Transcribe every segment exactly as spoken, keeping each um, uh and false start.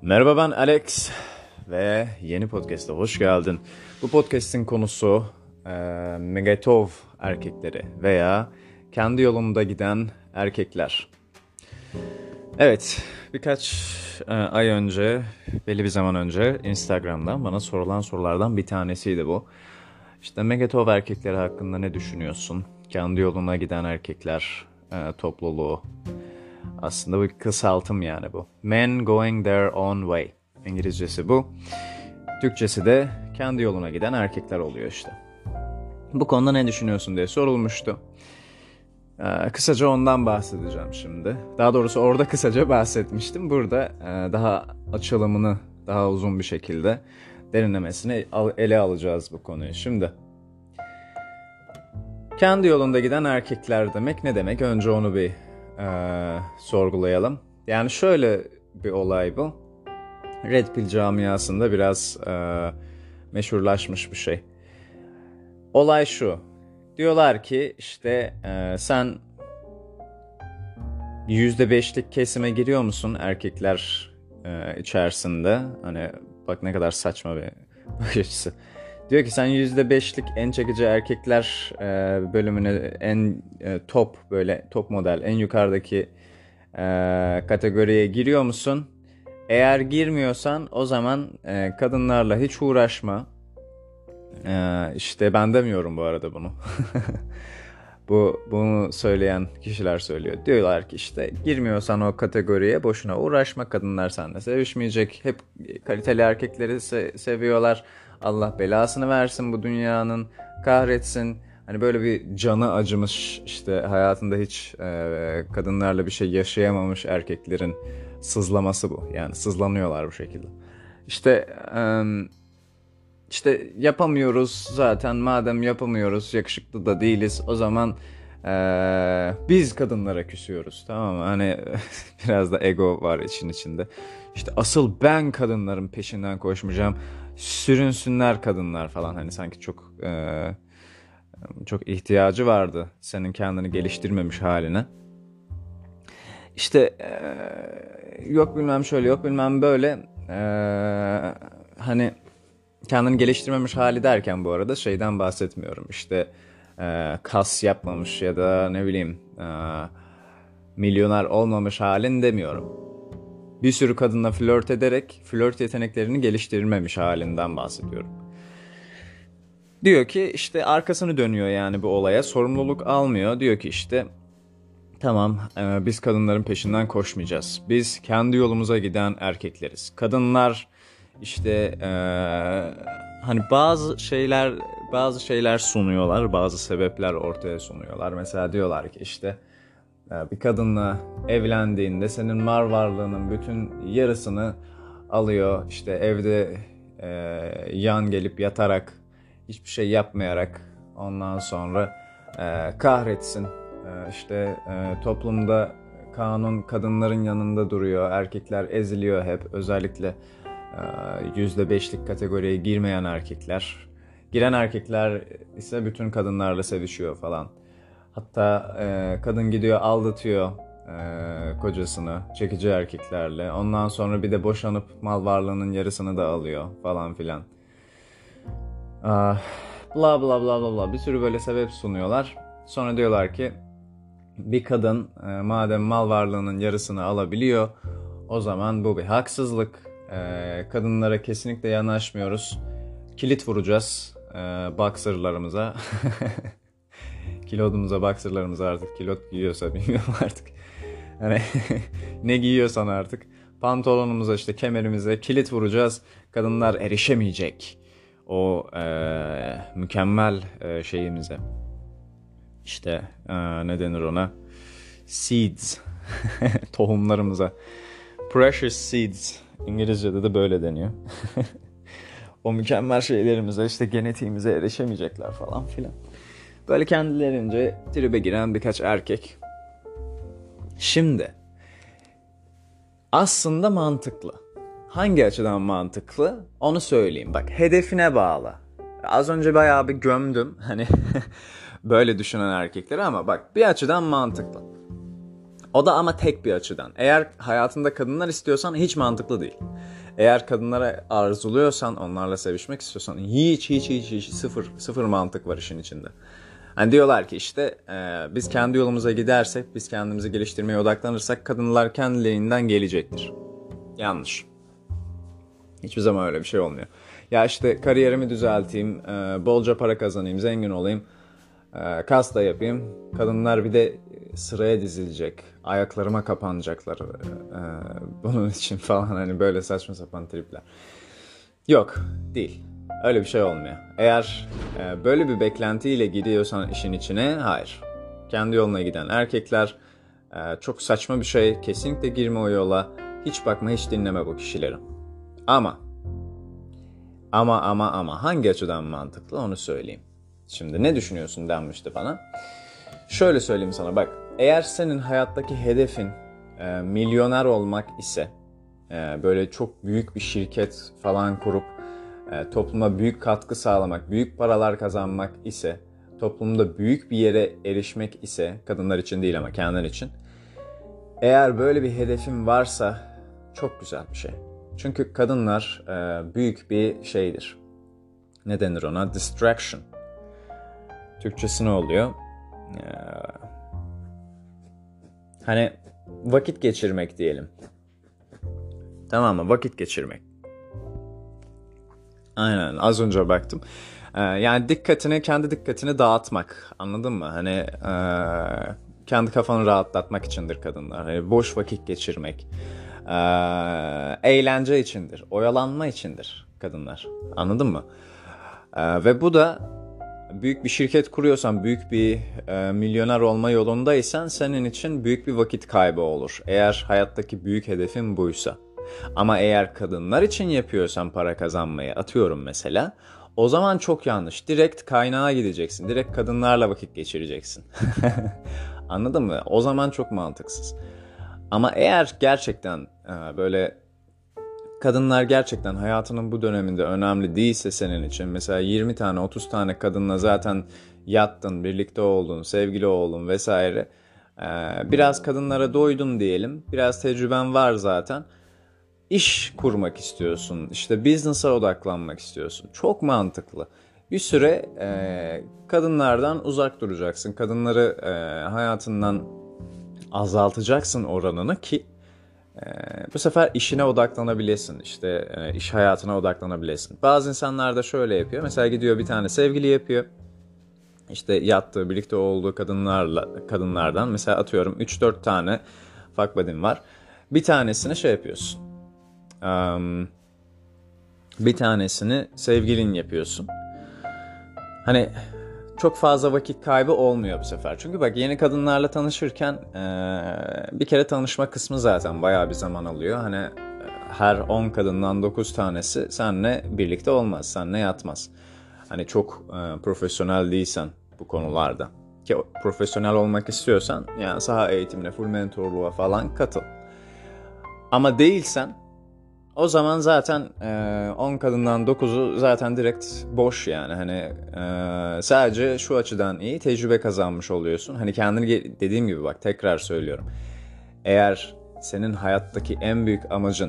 Merhaba, ben Alex ve yeni podcast'a hoş geldin. Bu podcast'in konusu e, Megatov erkekleri veya kendi yolunda giden erkekler. Evet, birkaç e, ay önce, belli bir zaman önce Instagram'dan bana sorulan sorulardan bir tanesiydi bu. İşte Megatov erkekleri hakkında ne düşünüyorsun? Kendi yoluna giden erkekler e, topluluğu. Aslında bir kısaltım yani bu. Men going their own way. İngilizcesi bu. Türkçesi de kendi yoluna giden erkekler oluyor işte. Bu konuda ne düşünüyorsun diye sorulmuştu. Ee, kısaca ondan bahsedeceğim şimdi. Daha doğrusu orada kısaca bahsetmiştim. Burada e, daha açılımını daha uzun bir şekilde derinlemesine ele alacağız bu konuyu. Şimdi kendi yolunda giden erkekler demek ne demek? Önce onu bir e, sorgulayalım. Yani şöyle bir olay bu. Red Pill camiasında biraz e, meşhurlaşmış bir şey. Olay şu. Diyorlar ki işte e, sen yüzde beşlik kesime giriyor musun erkekler e, içerisinde? Hani bak ne kadar saçma bir bakış açısı. Diyor ki sen yüzde beşlik en çekici erkekler e, bölümüne en e, top böyle top model en yukarıdaki e, kategoriye giriyor musun? Eğer girmiyorsan o zaman e, kadınlarla hiç uğraşma. E, işte ben demiyorum bu arada bunu. bu bunu söyleyen kişiler söylüyor. Diyorlar ki işte girmiyorsan o kategoriye boşuna uğraşma. Kadınlar seninle sevişmeyecek. Hep kaliteli erkekleri se- seviyorlar. Allah belasını versin bu dünyanın. Kahretsin. Hani böyle bir canı acımış işte hayatında hiç e, kadınlarla bir şey yaşayamamış erkeklerin sızlaması bu. Yani sızlanıyorlar bu şekilde. İşte e, işte yapamıyoruz zaten, madem yapamıyoruz, yakışıklı da değiliz, o zaman e, biz kadınlara küsüyoruz, tamam mı? Hani biraz da ego var için içinde. İşte asıl ben kadınların peşinden koşmayacağım. Sürünsünler kadınlar falan, hani sanki çok e, çok ihtiyacı vardı senin kendini geliştirmemiş haline. İşte ee, yok bilmem şöyle yok bilmem böyle ee, hani kendini geliştirmemiş hali derken bu arada şeyden bahsetmiyorum. İşte ee, kas yapmamış ya da ne bileyim ee, milyoner olmamış halin demiyorum. Bir sürü kadınla flört ederek flört yeteneklerini geliştirmemiş halinden bahsediyorum. Diyor ki işte arkasını dönüyor yani bu olaya, sorumluluk almıyor. Diyor ki işte tamam, e, biz kadınların peşinden koşmayacağız. Biz kendi yolumuza giden erkekleriz. Kadınlar işte e, hani bazı şeyler bazı şeyler sunuyorlar, bazı sebepler ortaya sunuyorlar. Mesela diyorlar ki işte e, bir kadınla evlendiğinde senin mal varlığının bütün yarısını alıyor. İşte evde e, yan gelip yatarak, hiçbir şey yapmayarak, ondan sonra e, kahretsin. Ee, işte e, toplumda kanun kadınların yanında duruyor, erkekler eziliyor hep, özellikle e, yüzde beşlik kategoriye girmeyen erkekler. Giren erkekler ise bütün kadınlarla sevişiyor falan. Hatta e, kadın gidiyor aldatıyor e, kocasını çekici erkeklerle. Ondan sonra bir de boşanıp mal varlığının yarısını da alıyor falan filan. Ah, bla bla bla bla bla bir sürü böyle sebep sunuyorlar. Sonra diyorlar ki bir kadın e, madem mal varlığının yarısını alabiliyor, o zaman bu bir haksızlık. E, kadınlara kesinlikle yanaşmıyoruz. Kilit vuracağız e, boxerlarımıza. Kilodumuza, boxerlarımıza, artık kilot giyiyorsa bilmiyorum artık. Hani ne giyiyorsan artık. Pantolonumuza, işte kemerimize kilit vuracağız. Kadınlar erişemeyecek o e, mükemmel e, şeyimize. İşte e, ne denir ona? Seeds. Tohumlarımıza. Precious seeds. İngilizce'de de böyle deniyor. O mükemmel şeylerimize, işte genetiğimize erişemeyecekler falan filan. Böyle kendilerince tribe giren birkaç erkek. Şimdi aslında mantıklı. Hangi açıdan mantıklı? Onu söyleyeyim. Bak, hedefine bağlı. Az önce bayağı bir gömdüm hani böyle düşünen erkekleri, ama bak bir açıdan mantıklı. O da ama tek bir açıdan. Eğer hayatında kadınlar istiyorsan hiç mantıklı değil. Eğer kadınlara arzuluyorsan, onlarla sevişmek istiyorsan hiç hiç hiç hiç sıfır sıfır mantık var işin içinde. Hani diyorlar ki işte e, biz kendi yolumuza gidersek, biz kendimizi geliştirmeye odaklanırsak kadınlar kendiliğinden gelecektir. Yanlış. Hiçbir zaman öyle bir şey olmuyor. Ya işte kariyerimi düzelteyim, e, bolca para kazanayım, zengin olayım, e, kas da yapayım. Kadınlar bir de sıraya dizilecek, ayaklarıma kapanacaklar e, bunun için falan, hani böyle saçma sapan tripler. Yok, değil. Öyle bir şey olmuyor. Eğer e, böyle bir beklentiyle gidiyorsan işin içine, hayır. Kendi yoluna giden erkekler e, çok saçma bir şey. Kesinlikle girme o yola. Hiç bakma, hiç dinleme bu kişileri. Ama, ama ama ama hangi açıdan mantıklı onu söyleyeyim. Şimdi ne düşünüyorsun denmişti bana. Şöyle söyleyeyim sana, bak. Eğer senin hayattaki hedefin e, milyoner olmak ise, e, böyle çok büyük bir şirket falan kurup e, topluma büyük katkı sağlamak, büyük paralar kazanmak ise, toplumda büyük bir yere erişmek ise, kadınlar için değil ama kendin için. Eğer böyle bir hedefin varsa çok güzel bir şey. Çünkü kadınlar e, büyük bir şeydir. Ne denir ona? Distraction. Türkçesi ne oluyor? Ee, hani vakit geçirmek diyelim. Tamam mı? Vakit geçirmek. Aynen, az önce baktım. Ee, yani dikkatini, kendi dikkatini dağıtmak. Anladın mı? Hani e, kendi kafanı rahatlatmak içindir kadınlar. Hani boş vakit geçirmek. E, eğlence içindir. Oyalanma içindir kadınlar. Anladın mı? E, ve bu da büyük bir şirket kuruyorsan, büyük bir e, milyoner olma yolundaysan senin için büyük bir vakit kaybı olur. Eğer hayattaki büyük hedefin buysa. Ama eğer kadınlar için yapıyorsan para kazanmayı, atıyorum mesela, o zaman çok yanlış. Direkt kaynağa gideceksin. Direkt kadınlarla vakit geçireceksin. Anladın mı? O zaman çok mantıksız. Ama eğer gerçekten e, böyle kadınlar gerçekten hayatının bu döneminde önemli değilse senin için, mesela yirmi tane otuz tane kadınla zaten yattın, birlikte oldun, sevgili oldun vesaire, biraz kadınlara doydun diyelim, biraz tecrüben var zaten, iş kurmak istiyorsun, işte business'a odaklanmak istiyorsun, çok mantıklı. Bir süre e, kadınlardan uzak duracaksın, kadınları e, hayatından azaltacaksın oranını ki Ee, bu sefer işine odaklanabilesin, işte e, iş hayatına odaklanabilesin. Bazı insanlar da şöyle yapıyor. Mesela gidiyor bir tane sevgili yapıyor. İşte yattığı, birlikte olduğu kadınlarla kadınlardan mesela atıyorum üç dört tane fuck buddy'm var. Bir tanesini şey yapıyorsun. Um, bir tanesini sevgilin yapıyorsun. Hani çok fazla vakit kaybı olmuyor bu sefer. Çünkü bak, yeni kadınlarla tanışırken ee, bir kere tanışma kısmı zaten bayağı bir zaman alıyor. Hani her on kadından dokuz tanesi seninle birlikte olmaz, seninle yatmaz. Hani çok e, profesyonel değilsen bu konularda. Ki profesyonel olmak istiyorsan yani saha eğitimine, full mentorluğa falan katıl. Ama değilsen o zaman zaten on kadından dokuzu zaten direkt boş yani. Hani e, sadece şu açıdan iyi, tecrübe kazanmış oluyorsun. Hani kendini, dediğim gibi bak, tekrar söylüyorum. Eğer senin hayattaki en büyük amacın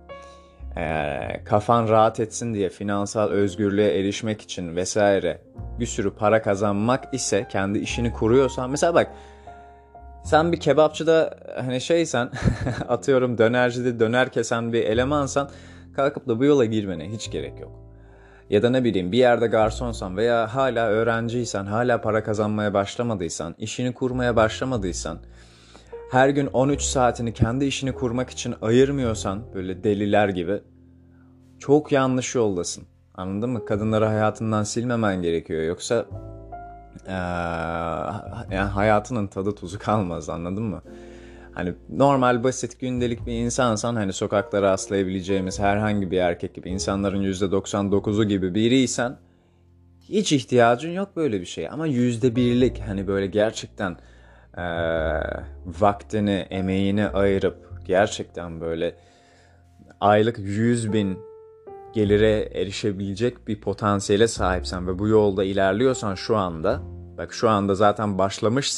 e, kafan rahat etsin diye, finansal özgürlüğe erişmek için vesaire bir sürü para kazanmak ise, kendi işini kuruyorsan, mesela bak, sen bir kebapçıda hani şeysen atıyorum dönercide döner kesen bir elemansan, kalkıp da bu yola girmene hiç gerek yok. Ya da ne bileyim, bir yerde garsonsan veya hala öğrenciysen, hala para kazanmaya başlamadıysan, işini kurmaya başlamadıysan, her gün on üç saatini kendi işini kurmak için ayırmıyorsan böyle deliler gibi, çok yanlış yoldasın. Anladın mı? Kadınları hayatından silmemen gerekiyor. Yoksa Ee, yani hayatının tadı tuzu kalmaz, anladın mı? Hani normal basit gündelik bir insansan, hani sokaklara rastlayabileceğimiz herhangi bir erkek gibi, insanların yüzde doksan dokuzu gibi biriysen hiç ihtiyacın yok böyle bir şeye. Ama yüzde birlik, hani böyle gerçekten ee, vaktini, emeğini ayırıp gerçekten böyle aylık yüz bin gelire erişebilecek bir potansiyele sahipsen ve bu yolda ilerliyorsan şu anda, bak şu anda zaten başlamışsan,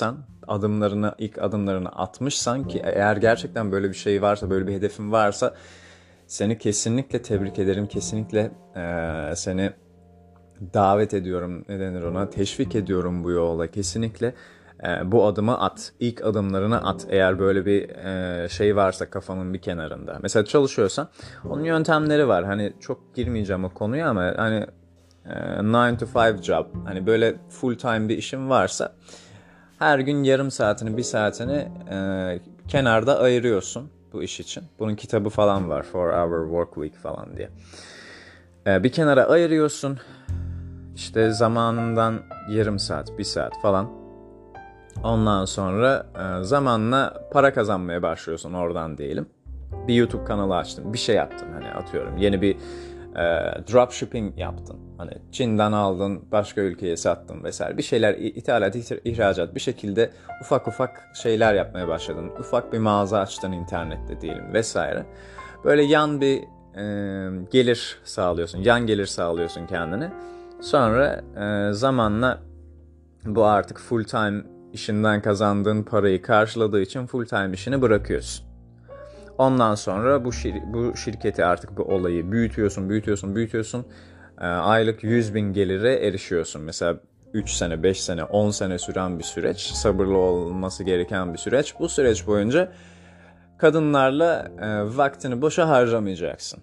adımlarını, ilk adımlarını atmışsan, ki eğer gerçekten böyle bir şey varsa, böyle bir hedefin varsa seni kesinlikle tebrik ederim. Kesinlikle e, seni davet ediyorum, ne denir ona, teşvik ediyorum bu yola. Kesinlikle e, bu adımı at, ilk adımlarını at. Eğer böyle bir e, şey varsa kafanın bir kenarında. Mesela çalışıyorsan onun yöntemleri var. Hani çok girmeyeceğim o konuya ama hani nine to five job, hani böyle full time bir işin varsa her gün yarım saatini, bir saatini e, kenarda ayırıyorsun bu iş için. Bunun kitabı falan var, four hour work week falan diye. E, bir kenara ayırıyorsun. İşte zamanından yarım saat, bir saat falan. Ondan sonra e, zamanla para kazanmaya başlıyorsun oradan diyelim. Bir YouTube kanalı açtın, bir şey yaptın, hani atıyorum yeni bir e, dropshipping yaptın. Hani Çin'den aldın, başka ülkeye sattın vesaire. Bir şeyler, ithalat, ihracat, bir şekilde ufak ufak şeyler yapmaya başladın. Ufak bir mağaza açtın internette diyelim vesaire. Böyle yan bir e, gelir sağlıyorsun, yan gelir sağlıyorsun kendine. Sonra e, zamanla bu artık full time işinden kazandığın parayı karşıladığı için full time işini bırakıyorsun. Ondan sonra bu, şir- bu şirketi, artık bu olayı büyütüyorsun, büyütüyorsun, büyütüyorsun. E, aylık yüz bin gelire erişiyorsun. Mesela üç sene, beş sene, on sene süren bir süreç. Sabırlı olması gereken bir süreç. Bu süreç boyunca kadınlarla e, vaktini boşa harcamayacaksın.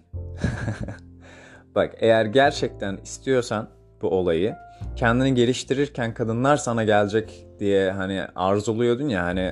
Bak, eğer gerçekten istiyorsan bu olayı, kendini geliştirirken kadınlar sana gelecek diye hani arzuluyordun ya, hani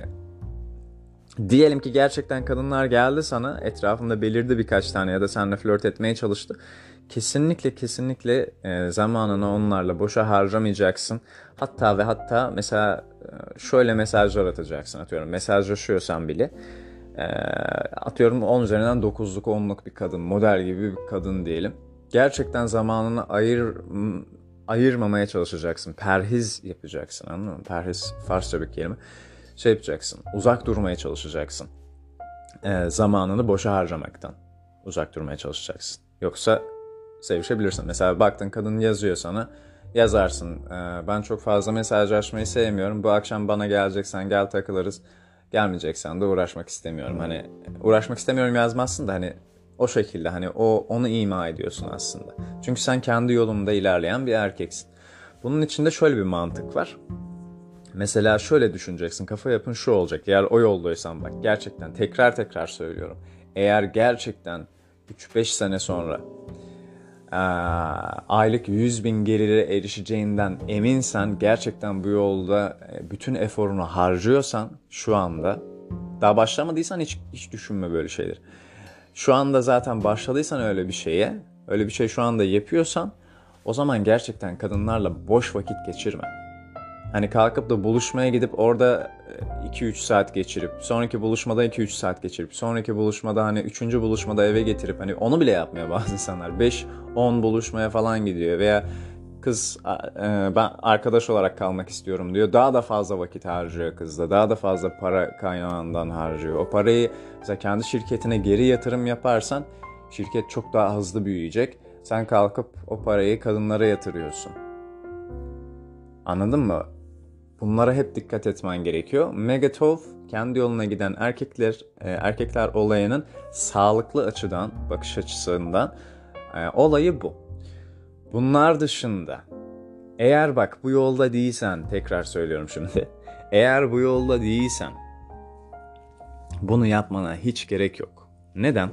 diyelim ki gerçekten kadınlar geldi sana, etrafında belirdi birkaç tane ya da seninle flört etmeye çalıştı. Kesinlikle kesinlikle e, zamanını onlarla boşa harcamayacaksın. Hatta ve hatta mesela e, şöyle mesajlar atacaksın, atıyorum mesajlaşıyorsan bile. E, atıyorum on üzerinden dokuzluk, onluk bir kadın, model gibi bir kadın diyelim. Gerçekten zamanını ayır ayırmamaya çalışacaksın. Perhiz yapacaksın, anladın mı? Perhiz Farsça bir kelime. Şey yapacaksın, uzak durmaya çalışacaksın. E, zamanını boşa harcamaktan uzak durmaya çalışacaksın. Yoksa sevişebilirsin. Mesela baktın kadın yazıyor sana, yazarsın. E, ben çok fazla mesajlaşmayı sevmiyorum. Bu akşam bana geleceksen gel takılırız. Gelmeyeceksen de uğraşmak istemiyorum. Hani uğraşmak istemiyorum yazmazsın da hani o şekilde, hani o onu ima ediyorsun aslında. Çünkü sen kendi yolunda ilerleyen bir erkeksin. Bunun içinde şöyle bir mantık var. Mesela şöyle düşüneceksin, kafa yapın şu olacak. Eğer o yoldaysan, bak gerçekten tekrar tekrar söylüyorum. Eğer gerçekten üç beş sene sonra ee, aylık yüz bin gelire erişeceğinden eminsen, gerçekten bu yolda bütün eforunu harcıyorsan, şu anda daha başlamadıysan hiç, hiç düşünme böyle şeyler. Şu anda zaten başladıysan öyle bir şeye, öyle bir şey şu anda yapıyorsan, o zaman gerçekten kadınlarla boş vakit geçirme. Hani kalkıp da buluşmaya gidip orada iki üç saat geçirip, sonraki buluşmada iki üç saat geçirip, sonraki buluşmada hani üçüncü buluşmada eve getirip, hani onu bile yapmıyor bazı insanlar. beş on buluşmaya falan gidiyor veya kız ben arkadaş olarak kalmak istiyorum diyor. Daha da fazla vakit harcıyor kızla. Daha da fazla para kaynağından harcıyor. O parayı mesela kendi şirketine geri yatırım yaparsan şirket çok daha hızlı büyüyecek. Sen kalkıp o parayı kadınlara yatırıyorsun. Anladın mı? Bunlara hep dikkat etmen gerekiyor. Megatov, kendi yoluna giden erkekler erkekler olayının sağlıklı açıdan, bakış açısından olayı bu. Bunlar dışında eğer bak bu yolda değilsen, tekrar söylüyorum şimdi. Eğer bu yolda değilsen bunu yapmana hiç gerek yok. Neden?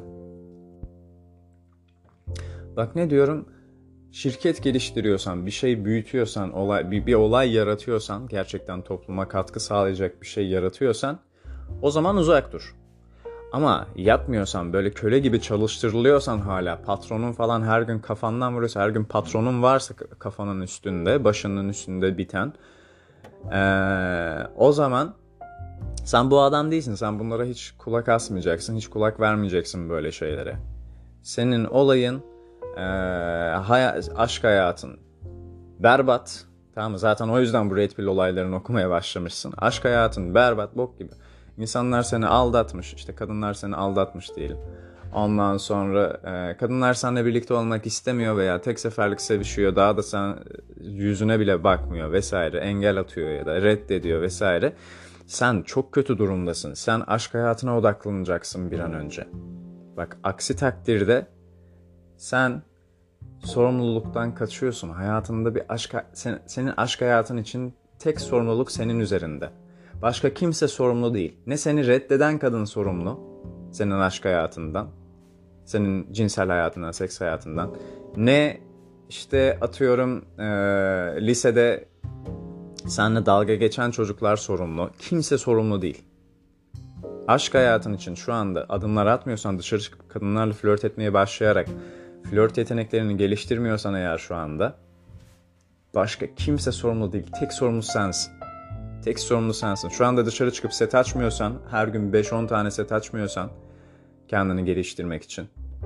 Bak ne diyorum? Şirket geliştiriyorsan, bir şey büyütüyorsan, olay, bir, bir olay yaratıyorsan, gerçekten topluma katkı sağlayacak bir şey yaratıyorsan, o zaman uzak dur. Ama yapmıyorsan, böyle köle gibi çalıştırılıyorsan, hala patronun falan her gün kafandan vuruyorsa, her gün patronun varsa kafanın üstünde, başının üstünde biten, ee, o zaman sen bu adam değilsin. Sen bunlara hiç kulak asmayacaksın, hiç kulak vermeyeceksin böyle şeylere. Senin olayın, ee, hay- aşk hayatın berbat. Tamam mı? Zaten o yüzden bu Red Pill olaylarını okumaya başlamışsın. Aşk hayatın berbat, bok gibi. İnsanlar seni aldatmış, işte kadınlar seni aldatmış diyelim. Ondan sonra e, kadınlar seninle birlikte olmak istemiyor veya tek seferlik sevişiyor, daha da sen yüzüne bile bakmıyor vesaire, engel atıyor ya da reddediyor vesaire. Sen çok kötü durumdasın. Sen aşk hayatına odaklanacaksın bir an önce. Bak, aksi takdirde sen sorumluluktan kaçıyorsun. Hayatında bir aşk, sen, senin aşk hayatın için tek sorumluluk senin üzerinde. Başka kimse sorumlu değil. Ne seni reddeden kadın sorumlu senin aşk hayatından, senin cinsel hayatından, seks hayatından. Ne işte atıyorum e, lisede seninle dalga geçen çocuklar sorumlu. Kimse sorumlu değil. Aşk hayatın için şu anda adımlar atmıyorsan, dışarı çıkıp kadınlarla flört etmeye başlayarak flört yeteneklerini geliştirmiyorsan eğer şu anda, başka kimse sorumlu değil. Tek sorumlu sensin. Tek sorumlu sensin. Şu anda dışarı çıkıp set açmıyorsan, her gün beş on tane set açmıyorsan kendini geliştirmek için,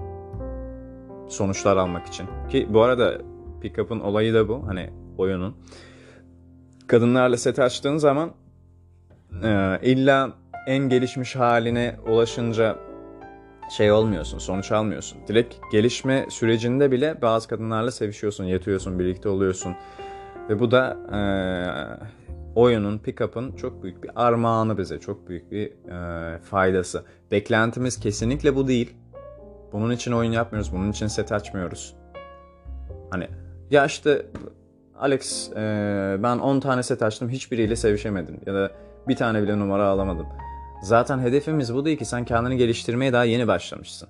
sonuçlar almak için. Ki bu arada pick-up'ın olayı da bu. Hani oyunun. Kadınlarla set açtığın zaman e, illa en gelişmiş haline ulaşınca şey olmuyorsun, sonuç almıyorsun. Direkt gelişme sürecinde bile bazı kadınlarla sevişiyorsun, yatıyorsun, birlikte oluyorsun. Ve bu da e, oyunun, pick-up'ın çok büyük bir armağanı bize, çok büyük bir e, faydası. Beklentimiz kesinlikle bu değil. Bunun için oyun yapmıyoruz, bunun için set açmıyoruz. Hani ya işte Alex e, ben on tane set açtım, hiçbiriyle sevişemedim ya da bir tane bile numara alamadım. Zaten hedefimiz bu değil ki, sen kendini geliştirmeye daha yeni başlamışsın.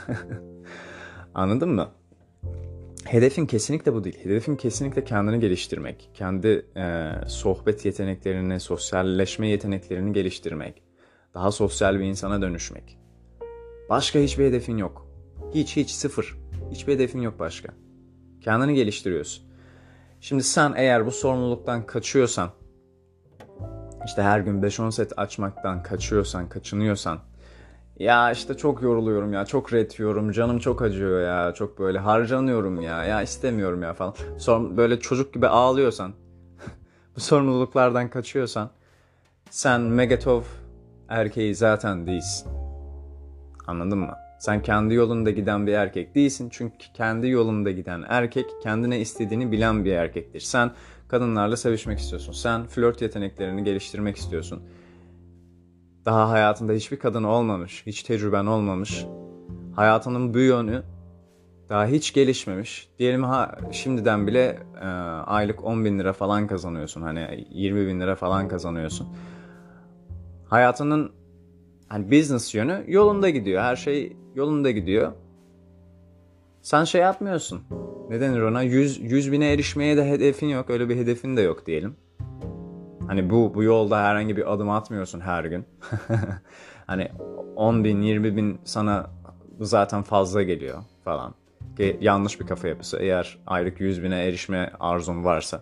Anladın mı? Hedefin kesinlikle bu değil. Hedefin kesinlikle kendini geliştirmek. Kendi e, sohbet yeteneklerini, sosyalleşme yeteneklerini geliştirmek. Daha sosyal bir insana dönüşmek. Başka hiçbir hedefin yok. Hiç hiç sıfır. Hiçbir hedefin yok başka. Kendini geliştiriyorsun. Şimdi sen eğer bu sorumluluktan kaçıyorsan, işte her gün beş on set açmaktan kaçıyorsan, kaçınıyorsan, ya işte çok yoruluyorum ya, çok ret yiyorum, canım çok acıyor ya, çok böyle harcanıyorum ya, ya istemiyorum ya falan. Sonra böyle çocuk gibi ağlıyorsan, bu sorumluluklardan kaçıyorsan, sen Megatov erkeği zaten değilsin. Anladın mı? Sen kendi yolunda giden bir erkek değilsin. Çünkü kendi yolunda giden erkek kendine istediğini bilen bir erkektir. Sen kadınlarla sevişmek istiyorsun. Sen flört yeteneklerini geliştirmek istiyorsun. Daha hayatında hiçbir kadın olmamış, hiç tecrüben olmamış. Hayatının bu yönü daha hiç gelişmemiş. Diyelim ha, şimdiden bile e, aylık on bin lira falan kazanıyorsun. Hani yirmi bin lira falan kazanıyorsun. Hayatının hani business yönü yolunda gidiyor. Her şey yolunda gidiyor. Sen şey yapmıyorsun. Ne denir ona? yüz bine erişmeye de hedefin yok. Öyle bir hedefin de yok diyelim. Hani bu bu yolda herhangi bir adım atmıyorsun her gün. Hani on bin, yirmi bin sana zaten fazla geliyor falan. Ki yanlış bir kafa yapısı. Eğer aylık yüz bine erişme arzun varsa.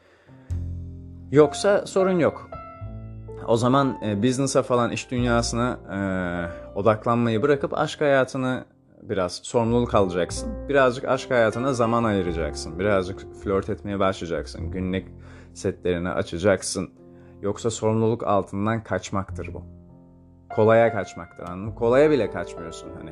Yoksa sorun yok. O zaman e, business'a falan, iş dünyasına e, odaklanmayı bırakıp aşk hayatını biraz sorumluluk alacaksın. Birazcık aşk hayatına zaman ayıracaksın. Birazcık flört etmeye başlayacaksın. Günlük setlerini açacaksın. Yoksa sorumluluk altından kaçmaktır bu. Kolaya kaçmaktır, anladın mı? Kolaya bile kaçmıyorsun hani.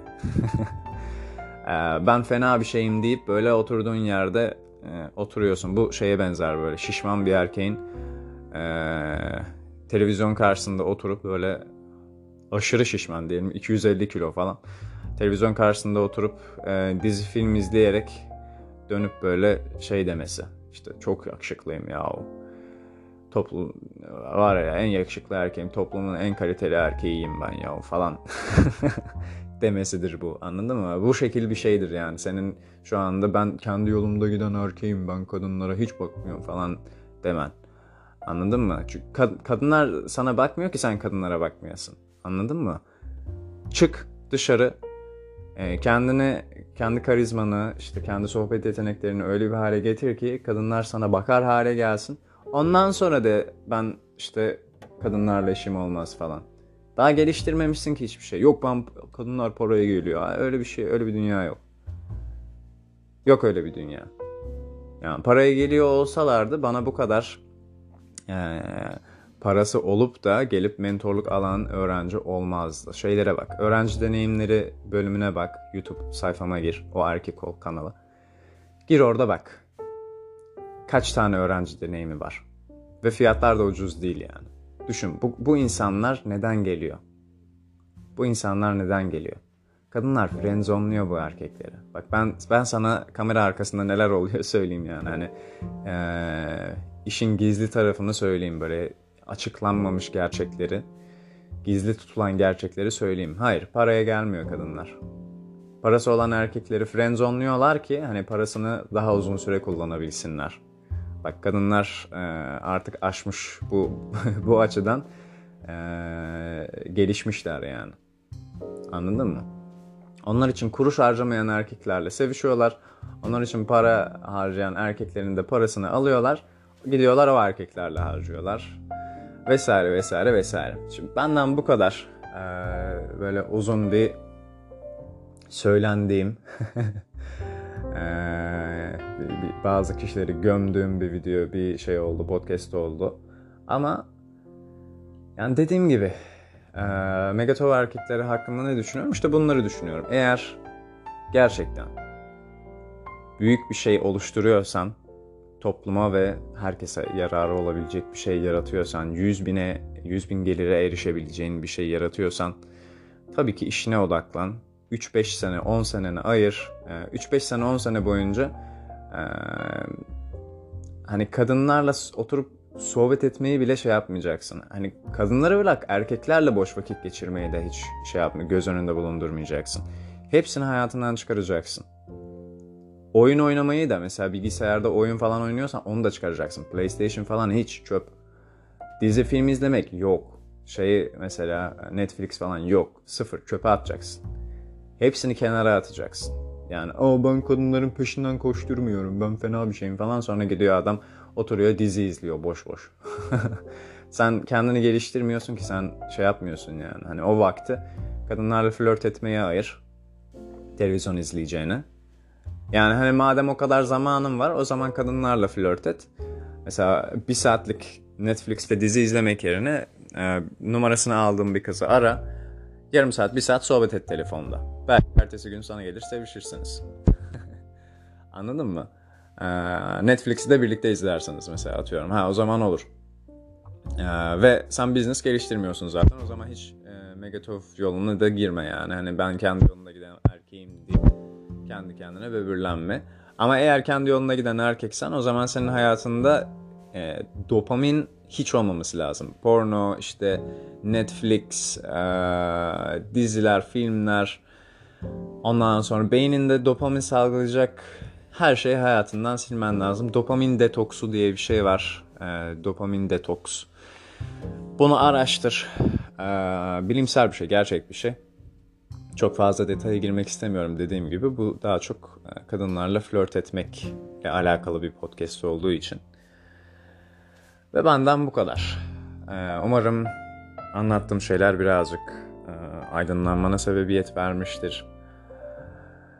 e, ben fena bir şeyim deyip böyle oturduğun yerde e, oturuyorsun. Bu şeye benzer, böyle şişman bir erkeğin Eee televizyon karşısında oturup böyle aşırı şişman diyelim, iki yüz elli kilo falan. Televizyon karşısında oturup e, dizi film izleyerek dönüp böyle şey demesi. İşte çok yakışıklıyım ya. Toplum var ya, en yakışıklı erkeğim, toplumun en kaliteli erkeğiyim ben ya falan. Demesidir bu, anladın mı? Bu şekil bir şeydir yani. Senin şu anda ben kendi yolumda giden erkeğim, ben kadınlara hiç bakmıyorum falan demen. Anladın mı? Çünkü kad- kadınlar sana bakmıyor ki sen kadınlara bakmıyorsun. Anladın mı? Çık dışarı, e, kendini, kendi karizmanı, işte kendi sohbet yeteneklerini öyle bir hale getir ki kadınlar sana bakar hale gelsin. Ondan sonra de ben işte kadınlarla işim olmaz falan. Daha geliştirmemişsin ki hiçbir şey. Yok ben kadınlar paraya geliyor. Öyle bir şey, öyle bir dünya yok. Yok öyle bir dünya. Yani paraya geliyor olsalardı bana bu kadar Ee, parası olup da gelip mentorluk alan öğrenci olmazdı. Şeylere bak. Öğrenci deneyimleri bölümüne bak. YouTube sayfama gir. O Erkek Ol kanalı. Gir orada bak. Kaç tane öğrenci deneyimi var. Ve fiyatlar da ucuz değil yani. Düşün, bu, bu insanlar neden geliyor? Bu insanlar neden geliyor? Kadınlar friendzone'luyor bu erkekleri. Bak ben ben sana kamera arkasında neler oluyor söyleyeyim yani. Hani ee, işin gizli tarafını söyleyeyim, böyle açıklanmamış gerçekleri, gizli tutulan gerçekleri söyleyeyim. Hayır, paraya gelmiyor kadınlar. Parası olan erkekleri friendzone'luyorlar ki hani parasını daha uzun süre kullanabilsinler. Bak kadınlar e, artık aşmış bu bu açıdan, e, gelişmişler yani. Anladın mı? Onlar için kuruş harcamayan erkeklerle sevişiyorlar. Onlar için para harcayan erkeklerin de parasını alıyorlar. Gidiyorlar o erkeklerle harcıyorlar. Vesaire vesaire vesaire. Şimdi benden bu kadar. Ee, böyle uzun bir söylendiğim, ee, bazı kişileri gömdüğüm bir video, bir şey oldu, podcast oldu. Ama yani dediğim gibi, e, Megatov erkekleri hakkında ne düşünüyorum? İşte bunları düşünüyorum. Eğer gerçekten büyük bir şey oluşturuyorsan, topluma ve herkese yararı olabilecek bir şey yaratıyorsan, yüz bine, yüz bin gelire erişebileceğin bir şey yaratıyorsan, tabii ki işine odaklan. üç beş sene, on seneni ayır. üç beş sene, on sene boyunca e, hani kadınlarla oturup sohbet etmeyi bile şey yapmayacaksın. Hani kadınları bırak, erkeklerle boş vakit geçirmeyi de hiç şey yapma, göz önünde bulundurmayacaksın. Hepsini hayatından çıkaracaksın. Oyun oynamayı da, mesela bilgisayarda oyun falan oynuyorsan onu da çıkaracaksın. PlayStation falan hiç çöp. Dizi film izlemek yok. Şeyi mesela Netflix falan yok. Sıfır, çöpe atacaksın. Hepsini kenara atacaksın. Yani o ben kadınların peşinden koşturmuyorum, ben fena bir şeyim falan, sonra gidiyor adam oturuyor dizi izliyor boş boş. Sen kendini geliştirmiyorsun ki, sen şey yapmıyorsun yani. Hani o vakti kadınlarla flört etmeye ayır, televizyon izleyeceğine. Yani hani madem o kadar zamanın var, o zaman kadınlarla flört et. Mesela bir saatlik Netflix'te dizi izlemek yerine e, numarasını aldığın bir kızı ara. Yarım saat, bir saat sohbet et telefonda. Belki ertesi gün sana gelir, sevişirsiniz. Anladın mı? Ee, Netflix'i de birlikte izlersiniz mesela, atıyorum. Ha, o zaman olur. Ee, ve sen business geliştirmiyorsun zaten. O zaman hiç e, Megatov yoluna da girme yani. Hani ben kendi yolunda giden erkeğim deyip kendi kendine böbürlenme. Ama eğer kendi yoluna giden erkeksen, o zaman senin hayatında e, dopamin hiç olmaması lazım. Porno, işte Netflix, e, diziler, filmler, ondan sonra beyninde dopamin salgılayacak her şeyi hayatından silmen lazım. Dopamin detoksu diye bir şey var. E, dopamin detoks. Bunu araştır. E, bilimsel bir şey, gerçek bir şey. Çok fazla detaya girmek istemiyorum dediğim gibi. Bu daha çok kadınlarla flört etmekle alakalı bir podcast olduğu için. Ve benden bu kadar. Umarım anlattığım şeyler birazcık aydınlanmana sebebiyet vermiştir.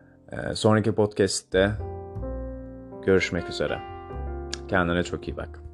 Sonraki podcast'te görüşmek üzere. Kendine çok iyi bak.